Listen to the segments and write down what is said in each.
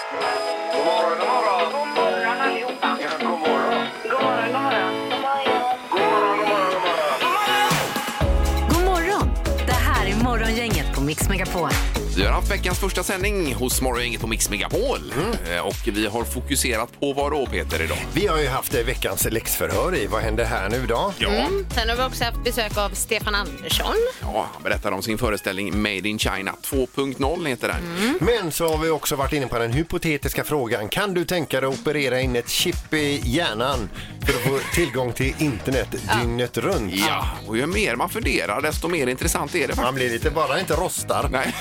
God morgon, god morgon. God morgon allihopa. Ja, god morgon. God morgon, god morgon. God morgon, god morgon, god morgon. God morgon! Det här är Morgongänget på Mix Megapol. Vi har haft veckans första sändning hos Morgongänget på Mix Megapol. Och vi har fokuserat på vad då, Peter, idag? Vi har ju haft veckans läxförhör i. Vad händer här nu då? Ja, Sen har vi också haft besök av Stefan Andersson. ja, han berättar om sin föreställning Made in China 2.0 heter den. Men så har vi också varit inne på den hypotetiska frågan. Kan du tänka dig att operera in ett chip i hjärnan för att få tillgång till internet dygnet runt? Ja, och ju mer man funderar desto mer intressant är det faktiskt. Man blir lite bara inte rostar. Nej.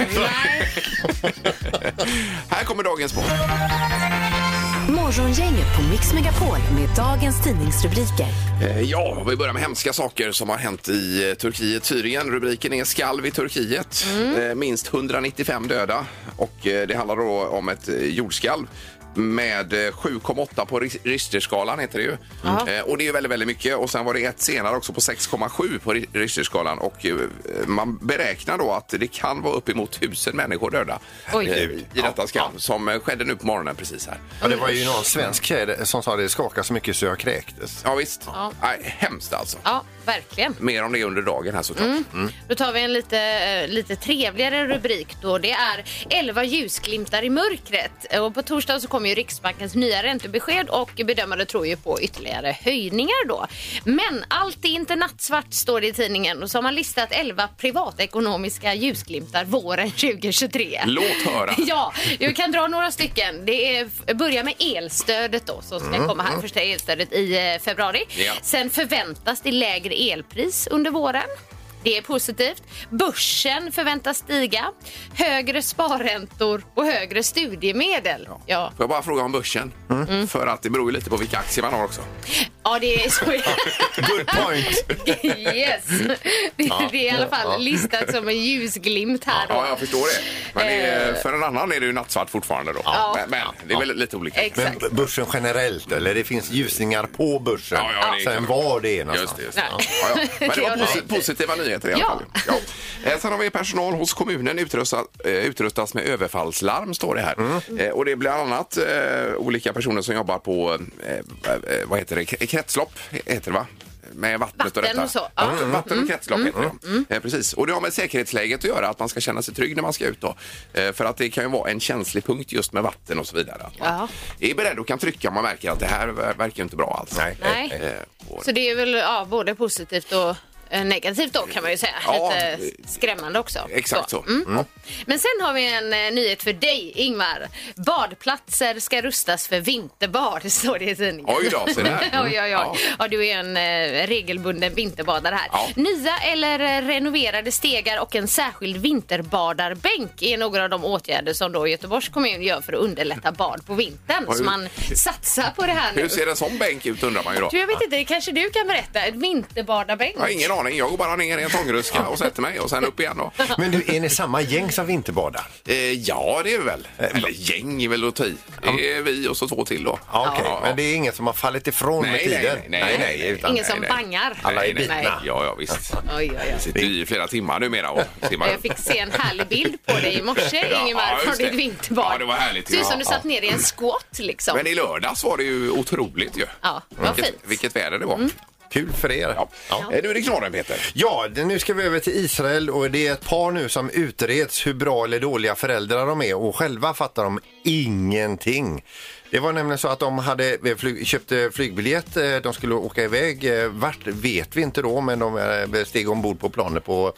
Här kommer dagens sport. Morgongänget på Mix Megapol med dagens tidningsrubriker. Ja, vi börjar med hemska saker som har hänt i Turkiet, Syrien. Rubriken är skalv i Turkiet. Minst 195 döda. Och det handlar då om ett jordskalv med 7,8 på Richterskalan heter det ju. Och det är ju väldigt, väldigt mycket. Och sen var det ett senare också på 6,7 på Richterskalan. Och man beräknar då att det kan vara uppemot 1000 människor döda i detta skalv som skedde nu på morgonen precis här. Ja, det var ju någon svensk tjej som sa att det skakade så mycket så jag kräktes. Ja visst. Ja. Nej, hemskt alltså. Ja, verkligen. Mer om det under dagen här såklart. Då tar vi en lite trevligare rubrik då. Det är 11 ljusglimtar i mörkret. Och på torsdag så kommer ju Riksbankens nya räntebesked och bedömare tror ju på ytterligare höjningar då. Men allt är inte nattsvart står det i tidningen och så har man listat 11 privatekonomiska ljusglimtar våren 2023. Låt höra. Ja, jag kan dra några stycken. Det börjar med elstödet då som ska komma här. Första elstödet i februari. Ja. Sen förväntas det lägre elpris under våren. Det är positivt. Börsen förväntas stiga. Högre sparräntor och högre studiemedel. Ja. Får jag bara fråga om börsen? För att det beror ju lite på vilka aktier man har också. Ja, det är så. Good point! Yes. Det är i alla fall listat som en ljusglimt här då. Ja, jag förstår det. Men det är, för en annan är det ju nattsvart fortfarande då. Ja. Men det är väl lite olika. Exakt. Men börsen generellt, eller det finns ljusningar på börsen. Ja, det är sen klart. var det är någonstans. Just det. Ja. Men det var positiva nyheter i alla fall. Ja. Sen har vi personal hos kommunen utrustas med överfallslarm, står det här. Och det är bland annat olika personer som jobbar på vad heter det? Kretslopp heter det, va? Med vattnet och detta. Och så. Vatten och kretslopp heter det. Precis. Och det har med säkerhetsläget att göra, att man ska känna sig trygg när man ska ut då. För att det kan ju vara en känslig punkt just med vatten och så vidare. Att man är beredd och kan trycka om man märker att det här verkar inte bra alls. Nej. Så det är väl både positivt och negativt då kan man ju säga. Lite skrämmande också. Exakt så. Men sen har vi en nyhet för dig, Ingmar. Badplatser ska rustas för vinterbad, står det i tidningen. Oj då, så där. Ja, du är en regelbunden vinterbadare här. Ja. Nya eller renoverade stegar och en särskild vinterbadarbänk är några av de åtgärder som då Göteborgs kommun gör för att underlätta bad på vintern. Så man satsar på det här nu. Hur ser en sån bänk ut undrar man ju då? Jag vet inte, kanske du kan berätta. En vinterbadarbänk. Jag har ingen aning. Jag går bara ner i en tångruska och sätter mig och sen upp igen då. Men du, är ni samma gäng som vinterbadar? Ja, det är vi väl. Eller gäng är väl att ta i. Det är vi och så 2 till då. Okej. Men det är inget som har fallit ifrån med tiden? Nej. Utan Ingen som bangar. alla är bitna. Nej. Ja, visst. Oj. Vi sitter i flera timmar numera och simmar. Jag fick se en härlig bild på dig i morse, Ingemar, från just ditt det. vinterbad. Ja, det var härligt. Det ser ut som du satt ner i en squat liksom. Men i lördags var det ju otroligt ju. Ja, vad fint. Vilket väder det var. Kul för er. Ja. Nu är det knorren, Peter. Ja, nu ska vi över till Israel och det är ett par nu som utreds hur bra eller dåliga föräldrar de är och själva fattar de ingenting. Det var nämligen så att de köpte flygbiljett, de skulle åka iväg, vart vet vi inte då, men de steg ombord på planet på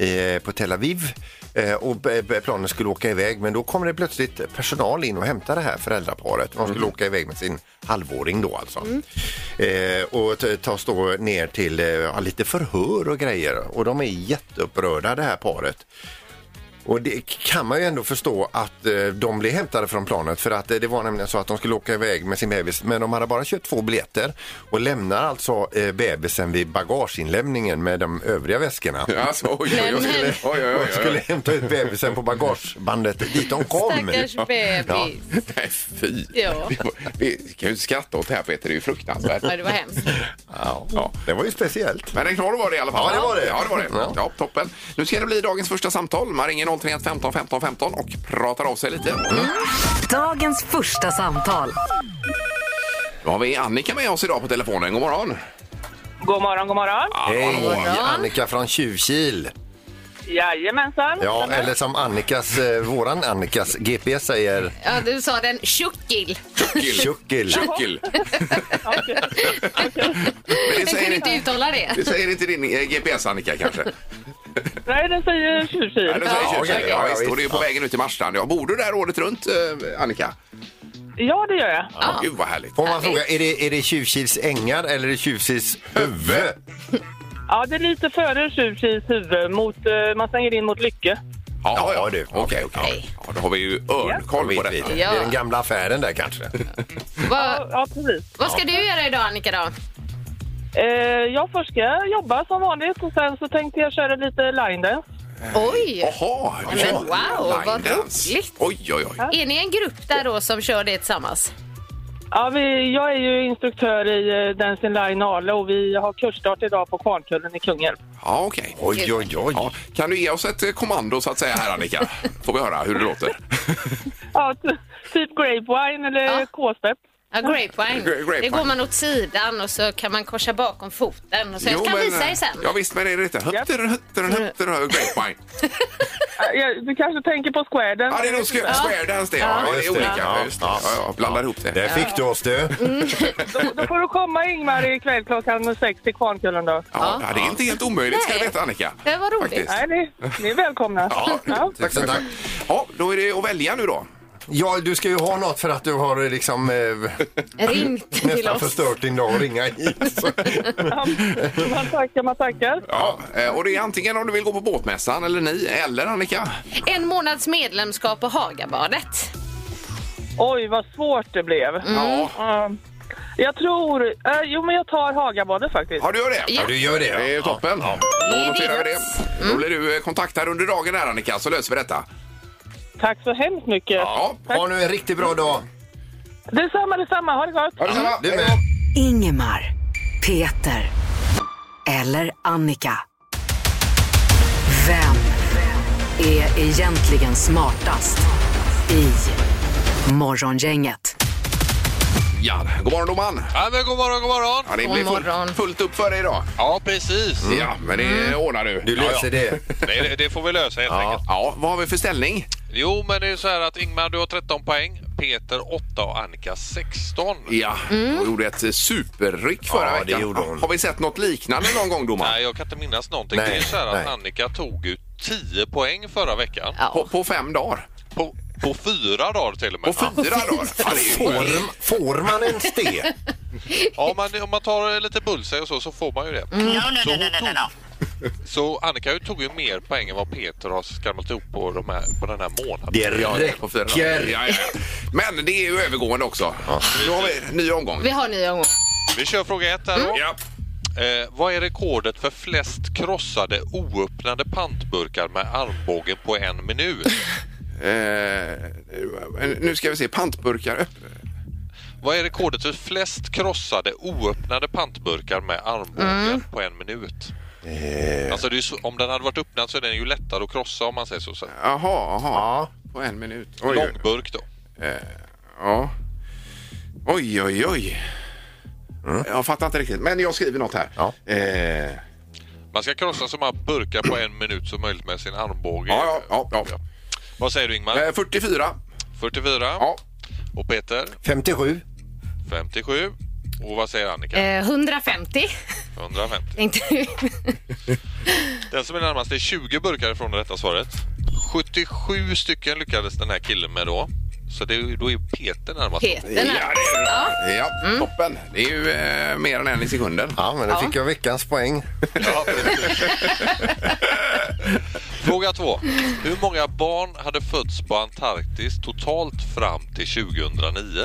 Tel Aviv och planen skulle åka iväg, men då kommer det plötsligt personal in och hämtar det här föräldraparet. De skulle åka iväg med sin halvåring då alltså. Och tas då ner till lite förhör och grejer och de är jätteupprörda det här paret. Och det kan man ju ändå förstå att de blev hämtade från planet för att det var nämligen så att de skulle åka iväg med sin bebis, men de hade bara köpt 2 biljetter och lämnar alltså bebisen vid bagageinlämningen med de övriga väskorna. Alltså, oj. De skulle hämta ut bebisen på bagagebandet dit de kom. Stackars bebis. Ja. Nej, fy. Ja. Vi kan ju inte skratta åt det här, Peter, det är ju fruktansvärt. Ja, det var hemskt. Ja, det var ju speciellt. Men en knorr var det i alla fall. Ja, det var det. Ja, det var det. Ja, toppen. Nu ska det bli dagens första samtal. Man ringer 031 15 15 15 och pratar av sig lite. Dagens första samtal. Då har vi Annika med oss idag på telefonen. God morgon. God morgon, god morgon. Hej, Annika från Tjuvkil. Jajamensan. Ja, eller som våran Annikas GPS säger, Ja, du sa den tjuckil. Tjuckil. Tjuckil. Jag kunde inte uttala det. Det säger inte din GPS, Annika, kanske? Nej, den säger Tjuvkil. Ja, det säger Ja, Tjuvkil. okej. Ja, Ja, visst. Och det är visst. på vägen ut till Marstrand. Ja, bor du där året runt, Annika? Ja, det gör jag. Ja. Gud, vad härligt. Får man fråga, är det Tjuvkils ängar eller är det Tjuvkils huvud? Ja, det är lite före Tjuvkils huvud. Man svänger in mot Lycke. Ja, du. Okej. Ja, då har vi ju örnkoll på detta. Det är den gamla affären där kanske. Ja, precis. Vad ska du göra idag, Annika, då? Jag först ska jobba som vanligt och sen så tänkte jag köra lite line dance. Oj! Jaha, Men wow, vad line dance. roligt. Oj. Är ni en grupp där då som kör det tillsammans? Ja, jag är ju instruktör i Dancing Line Ale och vi har kursstart idag på Kvarnkullen i Kungälv. Ja, okej. Oj. Ja, kan du ge oss ett kommando så att säga här, Annika? Får vi höra hur det låter? Ja, typ grapevine eller K-spett. Ja, grapevine. Grapevine. Det går man åt sidan och så kan man korsa bakom foten. Och så jag kan visa er sen. Ja, visst, men är det inte hötter, grapevine? Du kanske tänker på square dance? Ja, det är nog square dance det. Ja, det är just det. olika. Ja. Just det. Ja, blandar ihop det. Där fick du oss du. Då får du komma, Ingmar, ikväll klockan 6 till Kvarnkullen då. Ja, det är inte helt omöjligt, ska du veta, Annika. Det var roligt. Faktiskt. Nej, ni är välkomna. Ja. Tack så Tack. Ja, då är det att välja nu då. Ja, du ska ju ha något för att du har liksom Ringt till nästan oss. förstört din dag och ringa hit. Så. Man tackar. Ja, och det är antingen om du vill gå på båtmässan eller ni, eller Annika. En månads medlemskap på Hagabadet. Oj, vad svårt det blev. Ja. Jag tror... men jag tar Hagabadet faktiskt. Ja, du gör det. Ja, du gör det. Det är toppen. Ja. Då noterar vi det. Då blir du kontaktad under dagen här, Annika, så löser vi detta. Tack så hemskt mycket. Ja, Ha nu en riktigt bra dag. Detsamma. Ha det gott. ha detsamma. Du Hej med. då. Ingemar, Peter eller Annika. Vem är egentligen smartast i Morgongänget? Ja, god morgon, domaren. Ja, men god morgon. Ja, det God blir morgon. fullt upp för dig idag. Ja, precis. Ja, men det ordnar du. Du löser det. Det får vi lösa helt enkelt. Ja, vad har vi för ställning? Jo, men det är så här att Ingmar, du har 13 poäng, Peter 8 och Annika 16. Ja, hon gjorde ett superryck förra Ja, veckan. det gjorde hon. Har vi sett något liknande någon gång, domaren? Nej, jag kan inte minnas någonting. Nej, det är så här att nej. Annika tog ut 10 poäng förra veckan. Ja. På 5 dagar? På 4 dagar till och med. På 4 dagar? Ja, det är ju Får man en ste? Ja, men om man tar lite bullseye och så får man ju det. Så Annika tog ju mer poäng än vad Peter har skramlat ihop på den här månaden. Det på 4 dagar. räcker. Ja. Men det är ju övergående också. Nu har vi en ny omgång. Vi har nya gång. Vi kör fråga 1 här då. Ja. Vad är rekordet för flest krossade oöppnade pantburkar med armbågen på 1 minut? Nu ska vi se, pantburkar. Vad är rekordet för flest krossade oöppnade pantburkar med armbågen på 1 minut? Alltså det är så, om den hade varit öppnad så är den ju lättare att krossa om man säger så. Jaha. Ja. På 1 minut. Långburk då. Ja. Oj. Jag fattar inte riktigt, men jag skriver något här. Ja. Man ska krossa så många burkar på 1 minut som möjligt med sin armbåge. Ja. Vad säger du, Ingmar? 44. 44. Ja. Och Peter? 57. 57. Och vad säger Annika? 150. 150. Tänkte Den som är närmast är 20 burkar från det rätta svaret. 77 stycken lyckades den här killen med då. Så då är Peter närmast. Peter. Ja, toppen. Det är ju mer än 1 i sekunden. Ja, men då fick jag veckans poäng. Ja. Fråga 2. Hur många barn hade fötts på Antarktis totalt fram till 2009?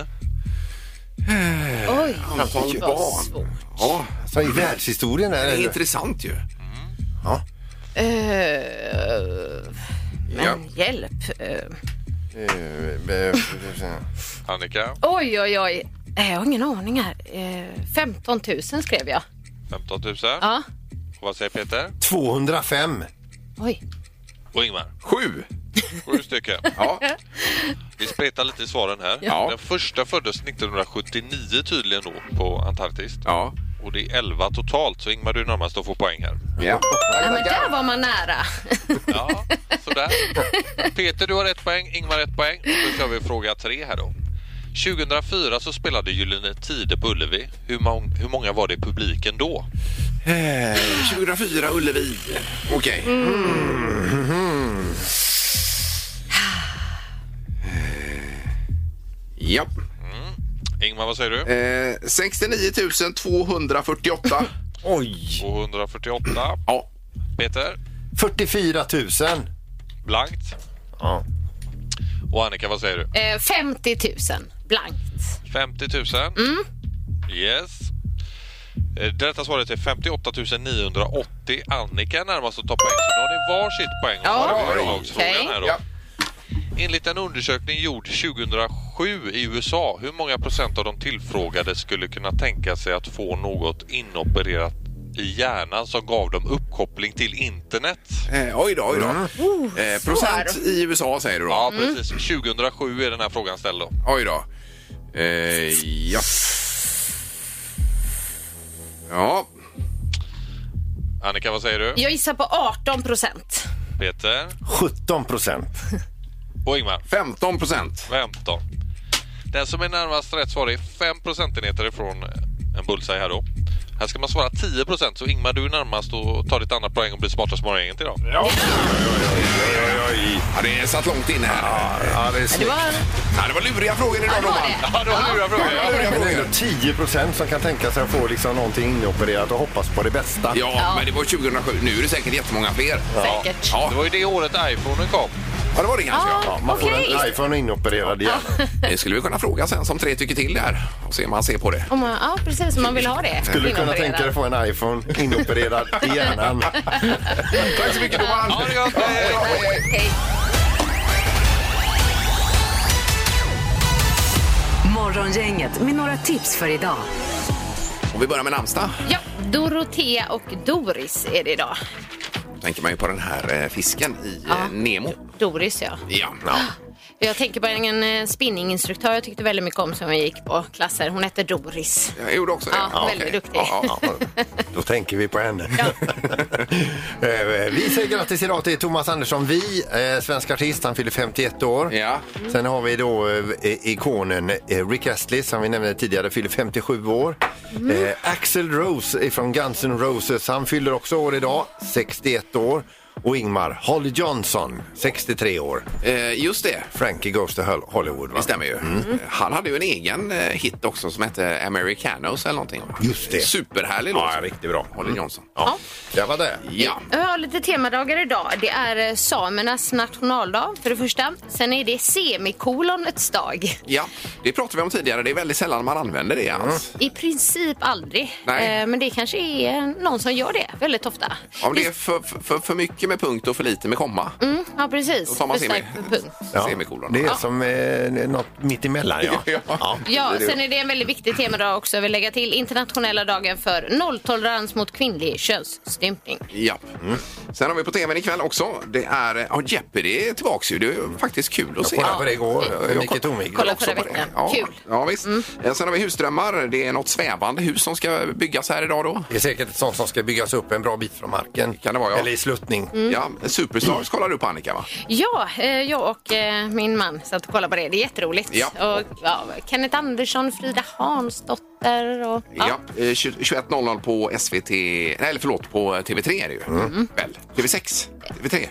Oj, Antal vad barn. svårt. Ja, Så i världshistorien är det är det. intressant ju. Men hjälp. Annika? Oj. Jag har ingen aning här. 15 000 skrev jag. 15 000. Ja. Och vad säger Peter? 205. Oj. Och Ingmar? 7. 7 stycken. Ja. Vi spretar lite i svaren här. Ja. Den första föddes 1979 tydligen då på Antarktis. Ja. Och det är 11 totalt, så Ingmar, du är närmast att få poäng här. Ja. Ja, men där var man nära. Ja, sådär. Peter, du har 1 poäng, Ingmar 1 poäng. Då kör vi fråga 3 här då. 2004 så spelade Gyllene Tider på Ullevi. Hur många var det i publiken då? 2004 Ullevi. Okej. Ja. Ingmar, vad säger du? 69 248. Oj! 248. Ja. Peter? 44 000. Blankt. Ja. Och Annika, vad säger du? 50 000 blankt. 50 000. Yes. Det rätta svaret är 58 980. Annika är närmast att ta poäng, så då har ni varsitt poäng. Okej. Här då. Ja. Enligt en undersökning gjord 2007 i USA, hur många procent av de tillfrågade skulle kunna tänka sig att få något inopererat i hjärnan som gav dem uppkoppling till internet? Oj då. Procent i USA säger du då? Ja, precis. 2007 är den här frågan ställd då. Oj då. Ja. Ja. Annika, vad säger du? Jag gissar på 18%. Peter? 17%. Och Ingmar? 15%. 15. Den som är närmast rätt svar är 5 procentenheter ifrån en bullseye här då. Här ska man svara 10%, så Ingmar, du är närmast och tar ditt andra poäng och blir smartast morgongänget idag. Ja. Ja, det är satt långt in här. Ja, det är svårt. Det var luriga frågor idag, det var domaren. det. Ja, det var luriga frågor. Men det är ändå 10% som kan tänka sig att få liksom någonting inopererat och hoppas på det bästa. Ja, men det var 2007. Nu är det säkert jättemånga fler. Säkert. Ja, Det var ju det året iPhonen kom. ja det var det kanske. Ja, man får Okej. en iPhone inopererad igen. Det skulle vi kunna fråga sen som 3 tycker till där och se om man ser på det. Ja, precis. Om man vill ha det. Skulle du kunna tänka dig att få en iPhone inopererad i hjärnan? Tack så mycket, domaren. Ja, det är gott. Hej. Morgongänget med några tips för idag. Och vi börjar med namnsdag. Ja, Dorotea och Doris är det idag. Då tänker man ju på den här fisken i Nemo. Doris, ja. Ja. Jag tänker på en spinninginstruktör jag tyckte väldigt mycket om som jag gick på klasser. Hon hette Doris. Jag gjorde också det. Ja, väldigt duktig. Ja. Då tänker vi på henne. Vi säger grattis idag till Thomas Andersson. Svensk artist, han fyller 51 år. Ja. Sen har vi då ikonen Rick Astley som vi nämnde tidigare, fyller 57 år. Axl Rose från Guns N' Roses, han fyller också år idag, 61 år. Och Ingmar, Holly Johnson, 63 år. Just det. Frankie Goes to Hollywood, va? Det stämmer ju. Han hade ju en egen hit också som hette Americanos eller någonting. Just det. Superhärlig låt. Ja, riktigt bra. Holly Johnson. Ja, det var det. Ja. Jag har lite temadagar idag. Det är samernas nationaldag för det första. Sen är det semikolonets dag. Ja, det pratade vi om tidigare. Det är väldigt sällan man använder det alls. I princip aldrig. Nej. Men det kanske är någon som gör det väldigt ofta. Om det är för mycket med punkt och för lite med komma. Ja, precis. Då tar man För starkt med punkt. semikolon. Det är som något mitt emellan, ja. Ja, sen är det en väldigt viktig temadag också. Jag vill lägga till internationella dagen för nolltolerans mot kvinnlig könsstympning. Ja. Sen har vi på tvn ikväll också. Det är Jeopardy är tillbaka ju. Det är ju faktiskt kul att se. Jag kollade på det igår. Micke Tornvik. Kolla också förra på det. veckan. Ja, Kul. Ja, visst. Sen har vi husdrömmar. Det är något svävande hus som ska byggas här idag då. Det är säkert ett sånt som ska byggas upp en bra bit från marken. Kan det vara, ja. Eller i sluttning. Ja, Superstars kollar du på, Annika, va? Ja, jag och min man satt och kollade på det. Det är jätteroligt. Ja. Och, Kenneth Andersson, Frida Hansdotter och... Ja, 21.00 på SVT, nej, eller förlåt, på TV3 är det ju. Väl, TV6, TV3.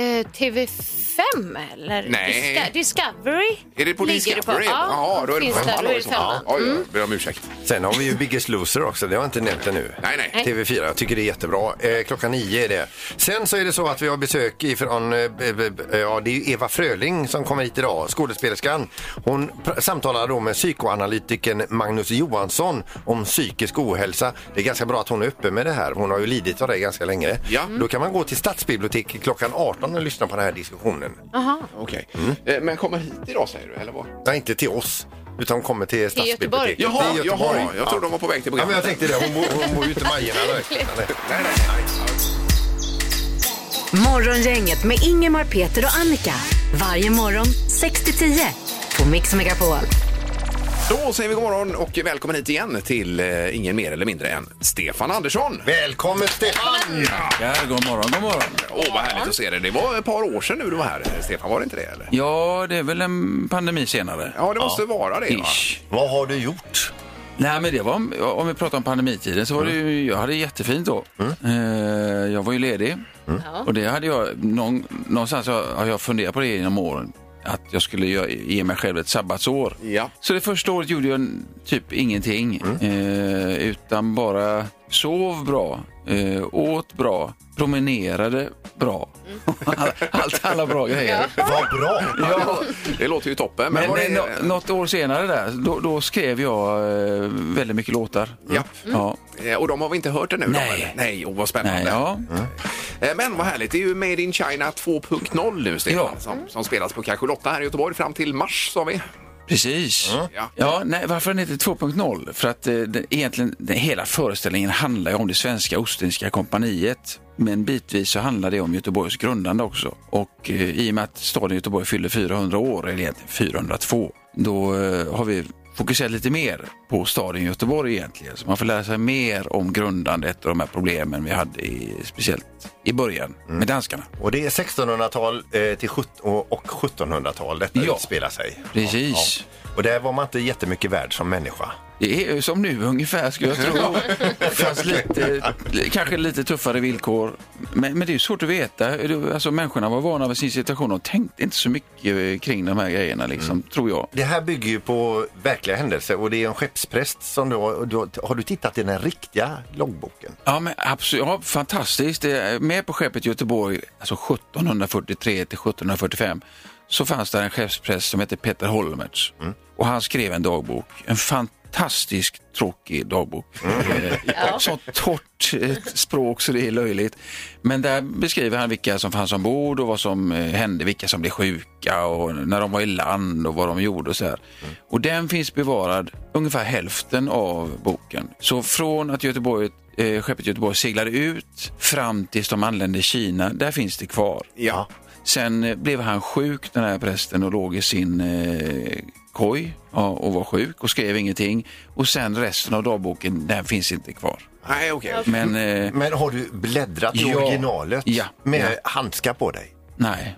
TV5 eller? Nej. Discovery. Är det på Ligger Discovery? Det på? Ja, då är det finns på där, femman då är då, det så. femman. Oj, ber om ursäkt. Sen har vi ju Biggest Loser också, det har jag inte nämnt ännu. Nej. TV4, jag tycker det är jättebra. Klockan 9 är det. Sen så är det så att vi har besök ifrån, det är Eva Fröling som kommer hit idag, skådespelerskan. Hon samtalar då med psykoanalytikern Magnus Johansson om psykisk ohälsa. Det är ganska bra att hon är uppe med det här. Hon har ju lidit av det ganska länge. Ja. Då kan man gå till Stadsbiblioteket klockan 18 och lyssna på den här diskussionen. Okej. Men kommer hit idag, säger du, eller vad? Nej, inte till oss, utan kommer till Stadsbiblioteket. Göteborg. Till Göteborg. Jaha, jag trodde de var på väg till Ja, men programmet. jag tänkte det, hon bor ju ute i Majerna verkligen. Nej. Morgongänget med Ingemar, Peter och Annika. Varje morgon 6-10 på Mix Megapol. Då säger vi god morgon och välkommen hit igen till ingen mer eller mindre än Stefan Andersson. Välkommen Stefan! Ja, god morgon, god morgon. Åh, vad härligt att se dig. Det var ett par år sedan nu du var här, Stefan, var det inte det? Eller? Ja, det är väl en pandemi senare. Ja, det måste vara det, va? Ish. Vad har du gjort? Nej, men det var, om vi pratar om pandemitiden så var det ju, jag hade det jättefint då. Jag var ju ledig och det hade jag, någonstans har jag funderat på det genom åren. Att jag skulle ge mig själv ett sabbatsår. Ja. Så det första året gjorde jag typ ingenting. Utan bara sov bra, åt bra, promenerade bra. Allt alla bra grejer. Vad bra! Ja, det låter ju toppen. Men var det... något år senare där, då skrev jag väldigt mycket låtar. Ja. Ja. Och de har vi inte hört ännu. Nej. Då, eller? Nej, vad spännande. Nej, ja. Men vad härligt, det är ju Made in China 2.0 nu, Stefan, som spelas på Kakulåtta här i Göteborg fram till mars, sa vi. Precis. Ja. Ja, nej, varför den heter 2.0? För att egentligen hela föreställningen handlar ju om det svenska Ostindiska kompaniet. Men bitvis så handlar det om Göteborgs grundande också. Och i och med att staden Göteborg fyller 400 år, eller egentligen 402, då har vi fokuserat lite mer på staden Göteborg egentligen. Så man får lära sig mer om grundandet och de här problemen vi hade speciellt i början med danskarna. Och det är 1600-tal till och 1700-tal detta utspelar sig. Precis. Ja. Och där var man inte jättemycket värd som människa. Det är som nu ungefär, skulle jag tro. Det fanns kanske lite tuffare villkor. Men det är ju svårt att veta. Alltså, människorna var vana vid sin situation och tänkte inte så mycket kring de här grejerna, liksom, tror jag. Det här bygger ju på verkliga händelser och det är en skeppspräst som har du tittat i den riktiga loggboken? Ja, men absolut. Ja, fantastiskt. Det är med på skeppet Göteborg, alltså 1743 till 1745. Så fanns det en skeppspräst som heter Peter Holmertz. Och han skrev en dagbok. En fantastisk tråkig dagbok. Så torrt språk så det är löjligt. Men där beskriver han vilka som fanns ombord och vad som hände, vilka som blev sjuka och när de var i land och vad de gjorde och så här. Och den finns bevarad ungefär hälften av boken. Så från att skeppet Göteborg seglade ut fram tills de anlände i Kina, där finns det kvar. Ja. Sen blev han sjuk, den här prästen, och låg i sin koj och var sjuk och skrev ingenting. Och sen resten av dagboken, den finns inte kvar. Nej, okej. Men har du bläddrat i originalet med handskar på dig? Nej.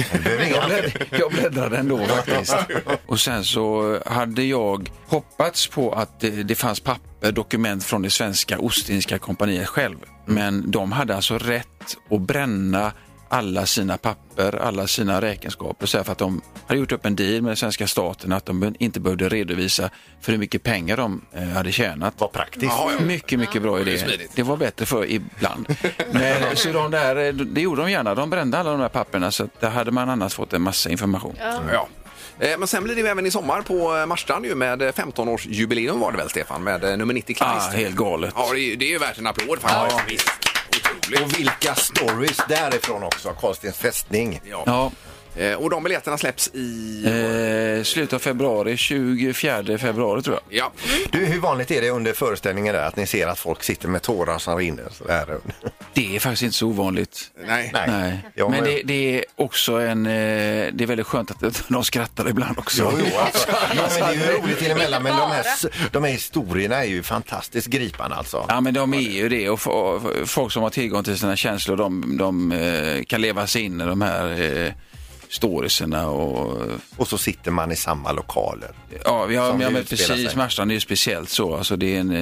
Jag bläddrade ändå faktiskt. Och sen så hade jag hoppats på att det fanns dokument från det svenska Ostindiska kompaniet själv. Men de hade alltså rätt att bränna alla sina papper, alla sina räkenskaper, så för att de hade gjort upp en deal med den svenska staten att de inte behövde redovisa för hur mycket pengar de hade tjänat. Vad praktiskt. Mycket, mycket bra idé. Det var bättre för ibland. Men, så det gjorde de gärna. De brände alla de här papperna, så att där hade man annars fått en massa information. Ja. Men sen blir det ju även i sommar på Marstrand ju med 15-årsjubileum var det väl, Stefan, med nummer 90 Kleist. Helt galet. Ja, det är ju värt en applåd faktiskt. Visst. Otroligt. Och vilka stories därifrån också, Karlstens fästning. Ja. Och de biljetterna släpps i... slutet av februari, 24 februari tror jag. Ja. Du, hur vanligt är det under föreställningen där att ni ser att folk sitter med tårar som rinner? Det är faktiskt inte så ovanligt. Nej. Ja, men det är också det är väldigt skönt att de skrattar ibland också. Jo, alltså. Men det är ju roligt emellan, men de här historierna är ju fantastiskt gripande alltså. Ja, men de är ju det, och folk som har tillgång till sina känslor, de kan leva sig in i de här storiesarna och så sitter man i samma lokaler. Ja, men precis. Marstrand är ju speciellt så. Alltså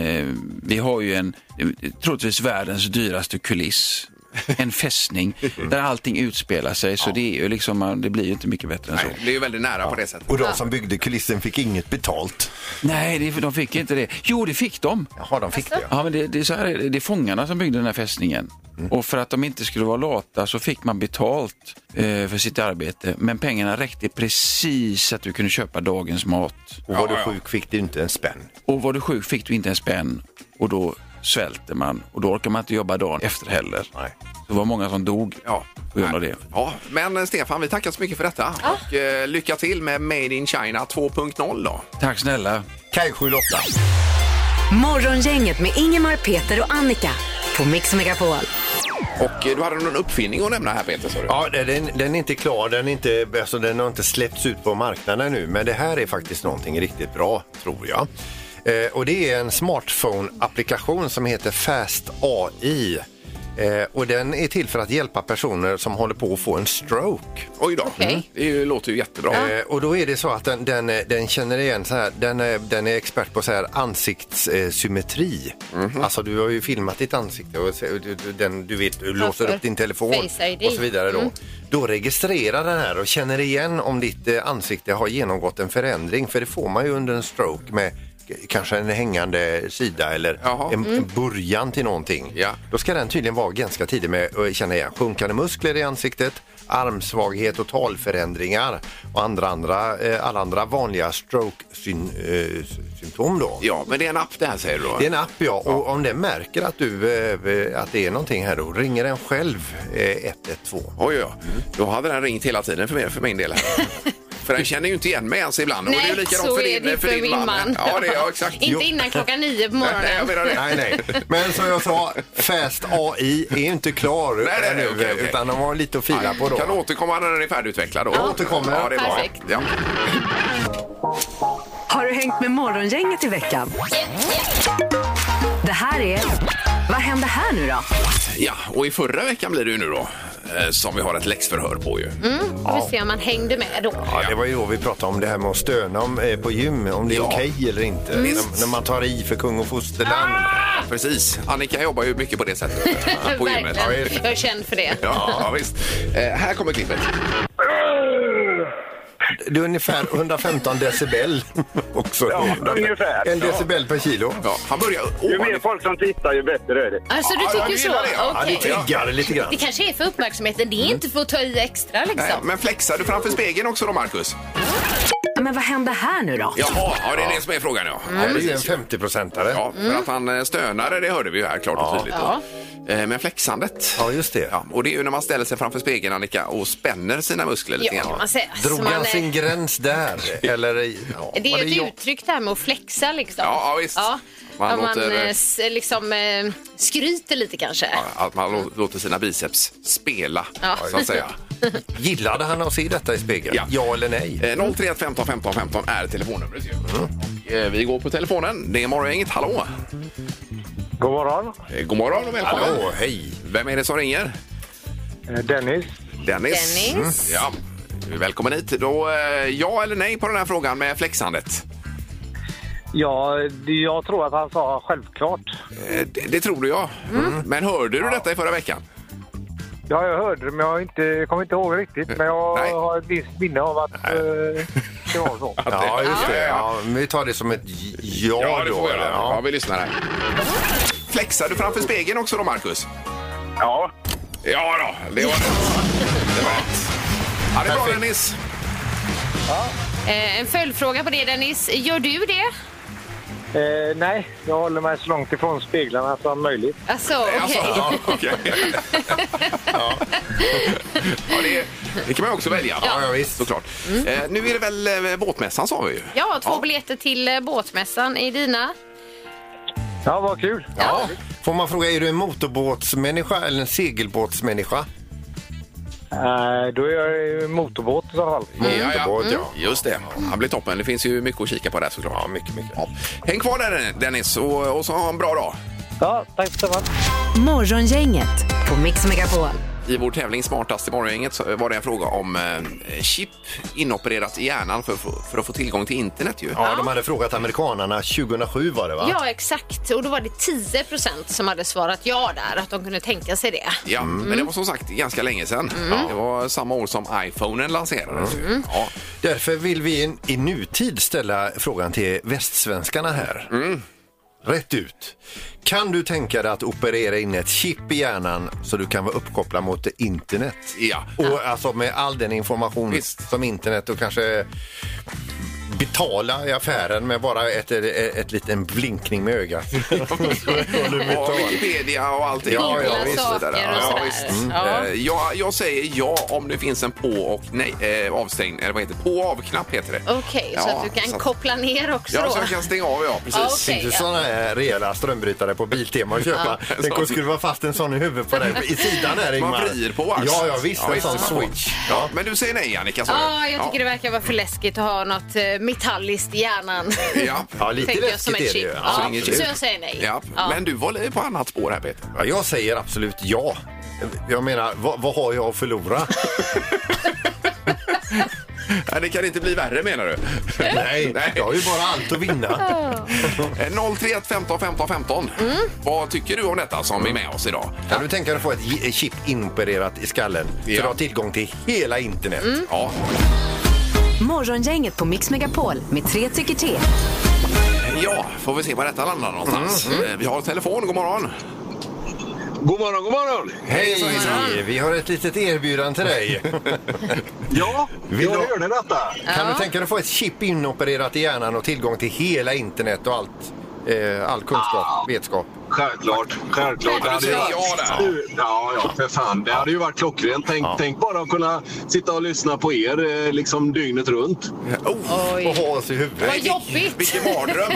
vi har ju troligtvis världens dyraste kuliss. En fästning där allting utspelar sig, så det är ju liksom, det blir ju inte mycket bättre än så. Det är ju väldigt nära på det sättet. Och de som byggde kulissen fick inget betalt. Nej, de fick inte det. Jo, det fick de. Jaha, de fick det. Ja, men det är så här, det är fångarna som byggde den här fästningen. Och för att de inte skulle vara lata så fick man betalt för sitt arbete. Men pengarna räckte precis att du kunde köpa dagens mat. Och var du sjuk fick du inte en spänn. Och var du sjuk fick du inte en spänn. Och då svälter man. Och då orkar man inte jobba dagen efter heller. Nej. Det var många som dog på grund av det. Ja, men Stefan, vi tackar så mycket för detta. Och lycka till med Made in China 2.0 då. Tack snälla. Kaj 78. Morgongänget med Ingemar, Peter och Annika på Mix Megapol. Och du hade någon uppfinning att nämna här, Peter, sa du? Ja, den är inte klar, den har inte släppts ut på marknaden nu, men det här är faktiskt någonting riktigt bra, tror jag. Och det är en smartphone-applikation som heter Fast AI. Och den är till för att hjälpa personer som håller på att få en stroke. Oj då, det låter ju jättebra. Och då är det så att den känner igen så här, den är expert på så här ansiktssymmetri. Alltså du har ju filmat ditt ansikte och du vet, du låser upp din telefon och så vidare då. Då registrerar den här och känner igen om ditt ansikte har genomgått en förändring, för det får man ju under en stroke med kanske en hängande sida eller en början till någonting. Ja. Då ska den tydligen vara ganska tidig med att känna igen sjunkande muskler i ansiktet, armsvaghet och talförändringar och alla andra vanliga stroke-symptom då. Ja, men det är en app det här, säger du då? Det är en app, ja. Och om den märker att att det är någonting här, då ringer den själv 112. Oj, Då hade den ringt hela tiden för min del här. För den känner ju inte igen mig ens ibland. Nej, och det är ju likadant så för din man. Ja, det är exakt. Inte innan 9 på morgonen. Nej, jag menar det. Nej. Men som jag sa, Fast AI är inte klar nej, okay. utan de har lite att fila på då. Kan återkomma när den är färdigutvecklad då? Jag återkommer. Ja, det är bra. Ja. Har du hängt med Morgongänget i veckan? Det här är... Vad händer här nu då? Ja, och i förra veckan blir det ju nu då som vi har ett läxförhör på ju. Vi ser om man hängde med då. Ja, det var ju då vi pratade om det här med att stöna på gym, om det är okej eller inte. När man tar i för kung och fosterland. Precis. Annika jobbar ju mycket på det sättet på gymmet. Ja, jag är känd för det. Ja, visst. Här kommer klippet. Det är ungefär 115 decibel också. Ja, ungefär. En decibel per kilo. Ja, han börjar... Ju mer folk som tittar, ju bättre är det. Alltså du tycker så? Ja, det Okej. triggar lite grann. Det kanske är för uppmärksamheten. Det är inte för att ta i extra liksom. Nej, men flexar du framför spegeln också då, Marcus? Men vad händer här nu då? Jaha, det är det som är frågan, ja. Det är en 50-procentare. Ja, för att han stönade, det hörde vi ju här klart och tydligt. Ja. Men flexandet. Ja, just det. Ja, och det är ju när man ställer sig framför spegeln, Annika, och spänner sina muskler lite grann. Man säger, Drog han sin gräns där? Eller, det är ju ett uttryck där med att flexa liksom. Ja, visst. Ja. Man skryter lite kanske. Ja, att man låter sina biceps spela, så att säga. Gillade han att se detta i spegeln? Ja eller nej? 031 15 15 15 är telefonnumret. Vi går på telefonen. Det är Morgongänget. Hallå! God morgon. God morgon och välkommen. Hallå, hej. Vem är det som ringer? Dennis. Dennis. Ja, välkommen hit. Då, ja eller nej på den här frågan med flexandet? Ja, jag tror att han sa självklart. Det tror du, ja. Men hörde du detta i förra veckan? Ja, jag hörde det, men jag kommer inte ihåg riktigt. Men jag har ett visst minne av att det var så. Ja, just det. Ja, vi tar det som ett ja, Ja, det får vi då. göra. Ja, vi lyssnar här. Flexar du framför spegeln också då, Marcus? Ja. Ja då, det var rätt. Det var rätt. Ja, det är bra, Dennis. En följdfråga på det, Dennis. Gör du det? Nej, jag håller mig så långt ifrån speglarna som möjligt. Alltså, okej. Ja, okej. Ja, det kan man också välja. Ja, visst. Såklart. Nu är det väl båtmässan, sa vi ju. Ja, 2 biljetter till båtmässan är dina. Ja, vad kul. Ja. Får man fråga, är du en motorbåtsmänniska eller en segelbåtsmänniska? Då är jag motorbåt i så fall. Motorbåt, ja. Just det. Han blir toppen. Det finns ju mycket att kika på där, såklart. Ja, mycket. Ja. Häng kvar där, Dennis, och så ha en bra dag. Ja, tack så mycket. Morgongänget på Mix Megapol. I vår tävling Smartast i Morgongänget så var det en fråga om chip inopererat i hjärnan för att få tillgång till internet ju. Ja, de hade frågat amerikanarna 2007 var det, va? Ja, exakt. Och då var det 10% som hade svarat ja där, att de kunde tänka sig det. Ja, men det var som sagt ganska länge sedan. Det var samma år som iPhonen lanserades. Ja. Därför vill vi i nutid ställa frågan till västsvenskarna här. Rätt ut. Kan du tänka dig att operera in ett chip i hjärnan så du kan vara uppkopplad mot internet? Ja. Och alltså med all den information Visst. som internet och kanske betala i affären med bara ett liten blinkning med ögat. Och Wikipedia och allting. Ja, visst. Ja, visst. Jag säger ja om det finns en på och nej, avstängning, eller vad heter det? På och av-knapp heter det. Okej, så att du kan koppla ner också Ja, då. så jag kan stänga av, precis. Okej, Finns det sådana här rejäla strömbrytare på Biltema och köpa? Den skulle vara fast en sån i huvudet på dig. I sidan här, Ingmar. Man vrider på ax. Ja, visst. En sån switch. Ja, men du säger nej, Annika. Ja, jag tycker det verkar vara för läskigt att ha något metalliskt i hjärnan. Ja, lite Tänker jag som läskigt ett är det ju. chip. Alltså, Ja, inget så chip. jag säger nej. Ja. Men du var på annat spår här, Peter. Ja, jag säger absolut ja. Jag menar, vad har jag att förlora? Nej, det kan inte bli värre, menar du? Nej, jag har ju bara allt att vinna. 031 15 15 15. Vad tycker du om detta som är med oss idag? Kan du tänka dig att få ett chip inopererat i skallen så du har tillgång till hela internet? Ja. Morgongänget på Mix Megapol med 3 tycker till. Ja, får vi se var detta landar någonstans. Vi har telefon, god morgon. God morgon, god morgon! Hej! Vi har ett litet erbjudande till dig. Ja, jag hörde detta. Kan du tänka dig att få ett chip inopererat i hjärnan och tillgång till hela internet och all kunskap, vetskap? Självklart. Ja, du säger ja där. Ja, för fan. Det hade ju varit klockrent. Tänk bara att kunna sitta och lyssna på er liksom dygnet runt. Och ha oss i huvudet. Vad jobbigt! Vilken mardröm.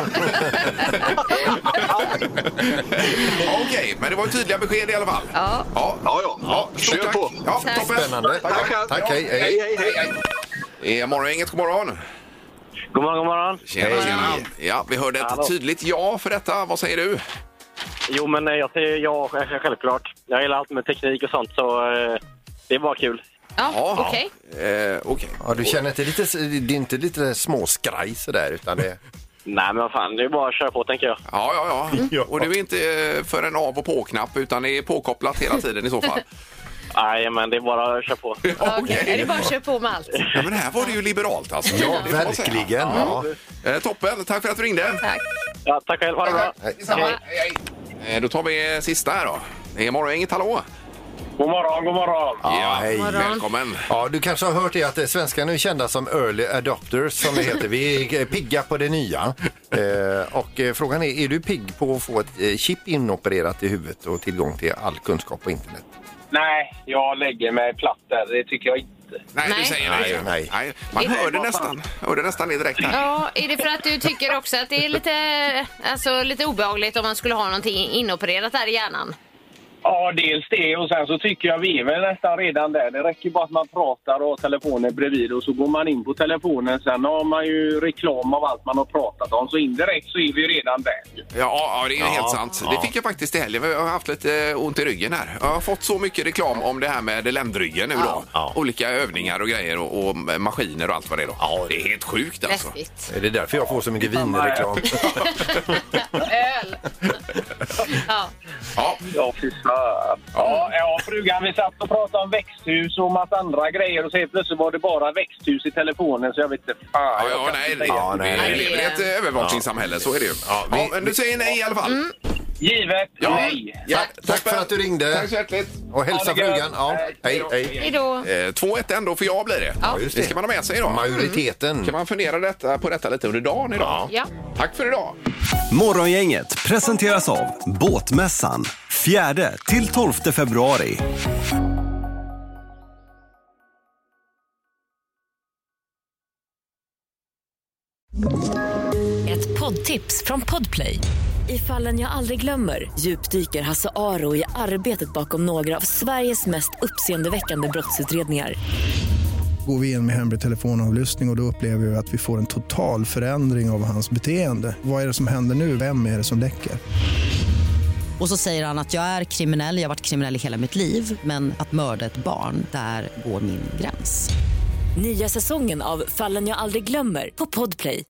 Okej, men det var tydliga besked i alla fall. Ja. Stort Kör tack. på. Ja, toppen. Spännande. Tack, hej. Morgon, inget god morgon. God morgon. Tjena. Ja, vi hörde ett tydligt ja för detta. Vad säger du? Jo, men jag säger ja, självklart. Jag gillar allt med teknik och sånt, så det är bara kul. Ja, okej. Okej. Ja, du känner inte det är inte lite småskraj sådär, utan det... Nej, men vad fan, det är bara att köra på, tänker jag. Ja. Och du är inte för en av- och på-knapp, utan det är påkopplat hela tiden i så fall. Nej, men det är bara att köra på. Okej, är det bara att köra på med allt? Ja, men här var det ju liberalt alltså. Ja, Det får man säga. verkligen. Ja. Toppen, tack för att du ringde. Tack. Ja, tack själv, ha det bra. Detsamma. Hej. Då tar vi sista här då. Det är morgon, hallå. God morgon. Ja, hej. välkommen. Ja, du kanske har hört det att svenskarna är kända som early adopters, som det heter. Vi är pigga på det nya. Och frågan är du pigg på att få ett chip inopererat i huvudet och tillgång till all kunskap på internet? Nej, jag lägger mig platt där. Det tycker jag inte. Nej, du säger nej. Nej. Man hörde nästan det direkt här. Ja, är det för att du tycker också att det är lite obehagligt om man skulle ha någonting inopererat där i hjärnan? Ja, dels det, och sen så tycker jag vi är väl nästan redan där. Det räcker bara att man pratar och telefonen bredvid, och så går man in på telefonen. Sen har man ju reklam av allt man har pratat om, så indirekt så är vi redan där. Ja, det är ju helt sant. Det fick jag faktiskt i helgen. Jag har haft lite ont i ryggen här. Jag har fått så mycket reklam om det här med ländryggen nu då. Ja. Olika övningar och grejer och maskiner och allt vad det är då. Ja, det är helt sjukt alltså. Läskigt. Är det därför jag får så mycket vinreklam? Öl. Ja, fy fan. Ja, frugan, vi satt och pratade om växthus och massa andra grejer, och så helt plötsligt var det bara växthus i telefonen, så jag vet inte fan. Vi lever i ett övervakningssamhälle, så är det ju. Ja, men du säger nej i alla fall. Givet, nej. Ja, Tack för att du ringde. Tack så hjärtligt. Och hälsa frugan. Ja, hej. Hej då. 2-1 ändå för jag blir det. Ja, just det ska man ha med sig idag. Majoriteten. Kan man fundera på detta lite under dagen idag? Ja. Tack för idag. Morgongänget presenteras av Båtmässan 4-12 februari. Ett poddtips från Podplay. I Fallen jag aldrig glömmer djupdyker Hasse Aro i arbetet bakom några av Sveriges mest uppseendeväckande brottsutredningar. Går vi in med hemlig telefonavlyssning och då upplever vi att vi får en total förändring av hans beteende. Vad är det som händer nu? Vem är det som läcker? Och så säger han att jag är kriminell, jag har varit kriminell i hela mitt liv, men att mörda ett barn, där går min gräns. Nya säsongen av Fallen jag aldrig glömmer på Podplay.